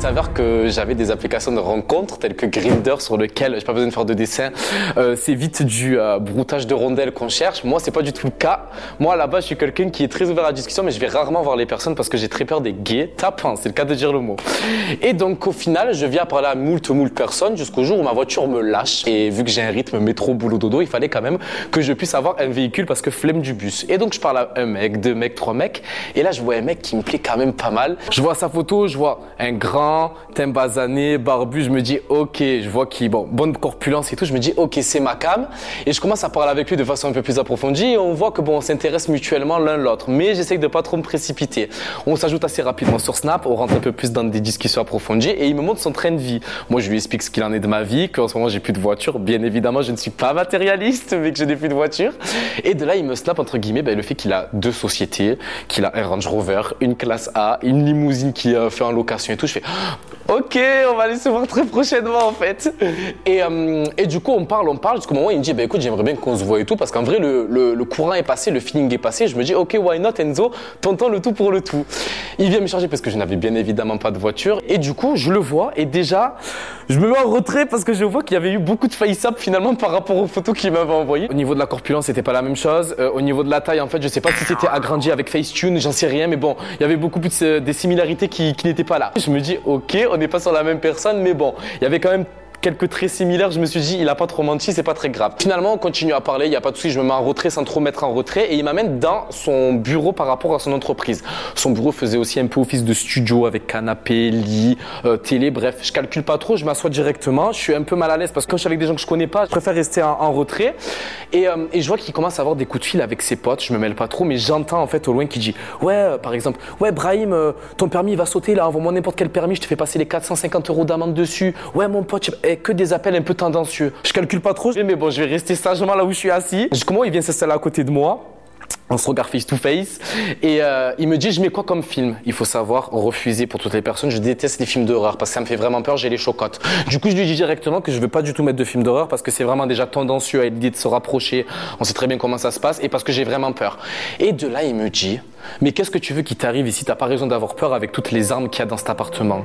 s'avère que j'avais des applications de rencontres telles que Grindr sur lequel j'ai pas besoin de faire de dessin. C'est vite du broutage de rondelles qu'on cherche. Moi, c'est pas du tout le cas. Moi, à la base, je suis quelqu'un qui est très ouvert à la discussion, mais je vais rarement voir les personnes parce que j'ai très peur des gays tapants. C'est le cas de dire le mot. Et donc, au final, je viens parler à moult personnes jusqu'au jour où ma voiture me lâche. Et vu que j'ai un rythme métro, boulot, dodo, il fallait quand même que je puisse avoir un véhicule parce que flemme du bus. Et donc, je parle à un mec, deux mecs, trois mecs. Et là, je vois un mec qui me plaît quand même pas mal. Je vois sa photo, je vois un grand, teint basané, barbu. Je me dis, ok, je vois qu'il, bonne corpulence et tout. Je me dis, ok, c'est ma cam. Et je commence à parler avec lui de façon un peu plus approfondie. Et on voit que on s'intéresse mutuellement l'un l'autre. Mais j'essaye de pas trop me précipiter. On s'ajoute assez rapidement sur Snap. On rentre un peu plus dans des discussions approfondies. Et il me montre son train de vie. Moi, je lui explique ce qu'il en est de ma vie, qu'en ce moment, j'ai plus de voiture. Bien évidemment, je ne suis pas matérialiste, mais que je n'ai plus de voiture. Et de là, il me snap, entre guillemets, le fait qu'il a 2 sociétés, qu'il a un Range Rover, une classe A, une limousine qui fait en location et tout. Je fais, ok, on va aller se voir très prochainement, en fait. Et du coup, on parle, jusqu'au moment où il me dit, écoute, j'aimerais bien qu'on se voit et tout, parce qu'en vrai, le courant est passé, le feeling est passé. Je me dis, ok, why not, Enzo, tentons le tout pour le tout. Il vient me charger parce que je n'avais bien évidemment pas de voiture. Et du coup, je le vois et déjà, je me mets en retrait parce que je vois qu'il y avait eu beaucoup de face-up finalement par rapport aux photos qu'il m'avait envoyées. Au niveau de la corpulence, c'était pas la même chose. Au niveau de la taille, en fait, je sais pas si c'était agrandi avec Facetune, j'en sais rien, mais bon, il y avait beaucoup plus des similarités qui n'étaient pas là. Je me dis, ok, on n'est pas sur la même personne, mais bon, il y avait quand même quelques traits similaires. Je me suis dit, il a pas trop menti, c'est pas très grave. Finalement, on continue à parler, il y a pas de souci, je me mets en retrait sans trop mettre en retrait et il m'amène dans son bureau par rapport à son entreprise. Son bureau faisait aussi un peu office de studio avec canapé, lit, télé, bref, je calcule pas trop, je m'assois directement. Je suis un peu mal à l'aise parce que quand je suis avec des gens que je connais pas, je préfère rester en retrait. Et je vois qu'il commence à avoir des coups de fil avec ses potes, je me mêle pas trop, mais j'entends en fait au loin qu'il dit, par exemple, Brahim, ton permis il va sauter là, envoie-moi n'importe quel permis, je te fais passer les 450 € d'amende dessus. Ouais, mon pote, que des appels un peu tendancieux. Je calcule pas trop, mais bon, je vais rester sagement là où je suis assis. Jusqu'au moment où il vient s'installer à côté de moi. On se regarde face to face et il me dit, je mets quoi comme film? Il faut savoir refuser pour toutes les personnes. Je déteste les films d'horreur parce que ça me fait vraiment peur, j'ai les chocottes. Du coup, je lui dis directement que je veux pas du tout mettre de films d'horreur parce que c'est vraiment déjà tendancieux à l'idée de se rapprocher. On sait très bien comment ça se passe et parce que j'ai vraiment peur. Et de là, il me dit, mais qu'est-ce que tu veux qui t'arrive ici? T'as pas raison d'avoir peur avec toutes les armes qu'il y a dans cet appartement.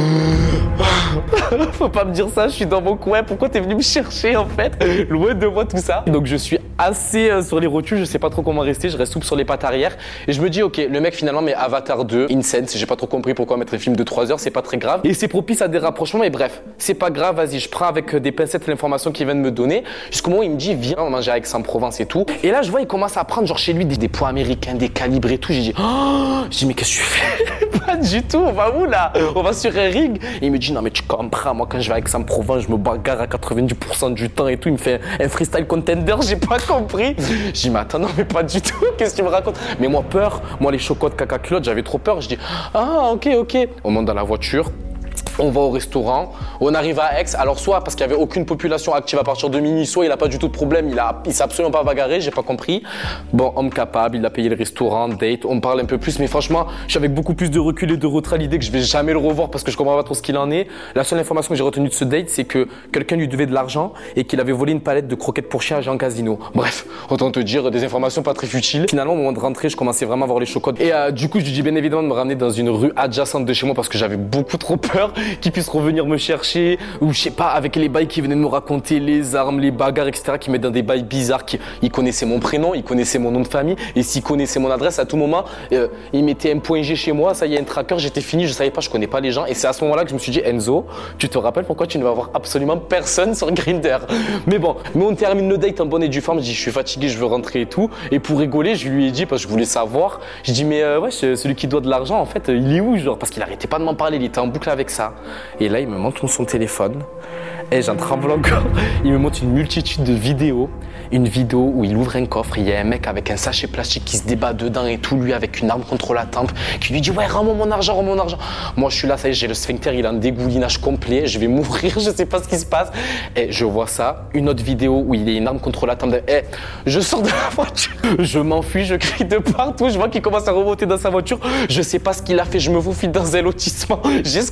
Faut pas me dire ça, je suis dans mon coin. Pourquoi t'es venu me chercher en fait? Loin de moi tout ça. Donc je suis assez sur les rotules, je sais pas trop comment rester, je reste souple sur les pattes arrière et je me dis ok, le mec finalement met Avatar 2, Incense, j'ai pas trop compris pourquoi mettre un film de 3 heures, c'est pas très grave et c'est propice à des rapprochements, mais bref, c'est pas grave, vas-y, je prends avec des pincettes l'information qu'il vient de me donner jusqu'au moment où il me dit viens on va manger avec Aix-en-Provence et tout. Et là je vois il commence à prendre genre chez lui des poids américains, des calibres et tout. J'ai dit mais qu'est-ce que tu fais? Pas du tout, on va où là? On va sur un ring. Et il me dit non mais tu comprends, moi quand je vais à Aix-en-Provence je me bagarre à 90% du temps et tout. Il me fait un freestyle contender, j'ai pas compris. Je dis mais attends non mais pas du tout, qu'est-ce que tu me racontes? Mais moi peur, moi les chocottes caca culottes, j'avais trop peur. Je dis ok. On monte dans la voiture. On va au restaurant, on arrive à Aix, alors soit parce qu'il n'y avait aucune population active à partir de minuit, soit il n'a pas du tout de problème, il s'est absolument pas bagarré, j'ai pas compris. Bon, homme capable, il a payé le restaurant, date, on parle un peu plus, mais franchement, je suis avec beaucoup plus de recul et de retrait à l'idée que je vais jamais le revoir parce que je comprends pas trop ce qu'il en est. La seule information que j'ai retenue de ce date, c'est que quelqu'un lui devait de l'argent et qu'il avait volé une palette de croquettes pour chien à Jean Casino. Bref, autant te dire des informations pas très futiles. Finalement, au moment de rentrer, je commençais vraiment à voir les chocottes. Et du coup, je lui dis bien évidemment de me ramener dans une rue adjacente de chez moi parce que j'avais beaucoup trop peur qu'il puisse revenir me chercher ou je sais pas avec les bails qui venaient de me raconter, les armes, les bagarres, etc. qui mettent dans des bails bizarres. Il connaissait mon prénom, il connaissait mon nom de famille et s'il connaissait mon adresse à tout moment, il mettait un point G chez moi, ça y est un tracker, j'étais fini, je savais pas, je connais pas les gens et c'est à ce moment-là que je me suis dit Enzo, tu te rappelles pourquoi tu ne vas voir absolument personne sur Grindr? Mais on termine le date en bonne et due forme, je dis je suis fatigué, je veux rentrer et tout et pour rigoler, je lui ai dit parce que je voulais savoir, je dis mais celui qui doit de l'argent en fait, il est où genre parce qu'il arrêtait pas de m'en parler, il était en boucle avec ça. Et là, il me montre son téléphone et j'en tremble encore. Il me montre une multitude de vidéos. Une vidéo où il ouvre un coffre, il y a un mec avec un sachet plastique qui se débat dedans et tout, lui avec une arme contre la tempe, qui lui dit ouais, rends-moi mon argent, rends-moi mon argent. Moi, je suis là, ça y est, j'ai le sphincter, il est en dégoulinage complet, je vais mourir, je sais pas ce qui se passe. Et je vois ça, une autre vidéo où il a une arme contre la tempe. Et je sors de la voiture, je m'enfuis, je crie de partout, je vois qu'il commence à remonter dans sa voiture. Je sais pas ce qu'il a fait, je me faufile dans un lotissement, j'escalade le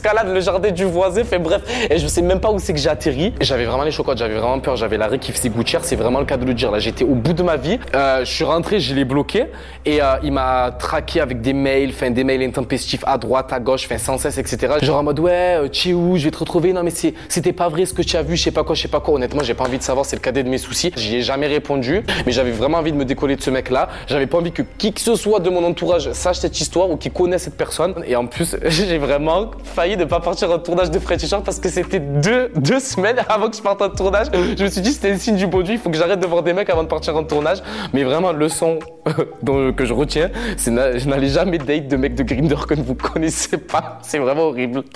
jardin du voisin. Enfin bref, et je sais même pas où c'est que j'ai atterri. J'avais vraiment les chocottes, j'avais vraiment peur, j'avais l'arrêt qui faisait gouttière, c'est vraiment le cas de le dire. Là, j'étais au bout de ma vie. Je suis rentré, je l'ai bloqué et il m'a traqué avec des mails, des mails intempestifs à droite, à gauche, sans cesse, etc. Genre en mode ouais, tu es où? Je vais te retrouver. Non mais c'était pas vrai ce que tu as vu, je sais pas quoi. Honnêtement, j'ai pas envie de savoir, c'est le cadet de mes soucis. J'y ai jamais répondu, mais j'avais vraiment envie de me décoller de ce mec-là. J'avais pas envie que qui que ce soit de mon entourage sache cette histoire ou qui connaît cette personne. Et en plus, j'ai vraiment failli ne pas partir en tournage de French Short parce que c'était deux semaines avant que je parte en tournage. Je me suis dit c'était un signe du bon Dieu, il faut que j'arrête de voir des mecs avant de partir en tournage. Mais vraiment, leçon que je retiens, c'est je n'allais jamais date de mecs de Grindr que vous connaissez pas. C'est vraiment horrible.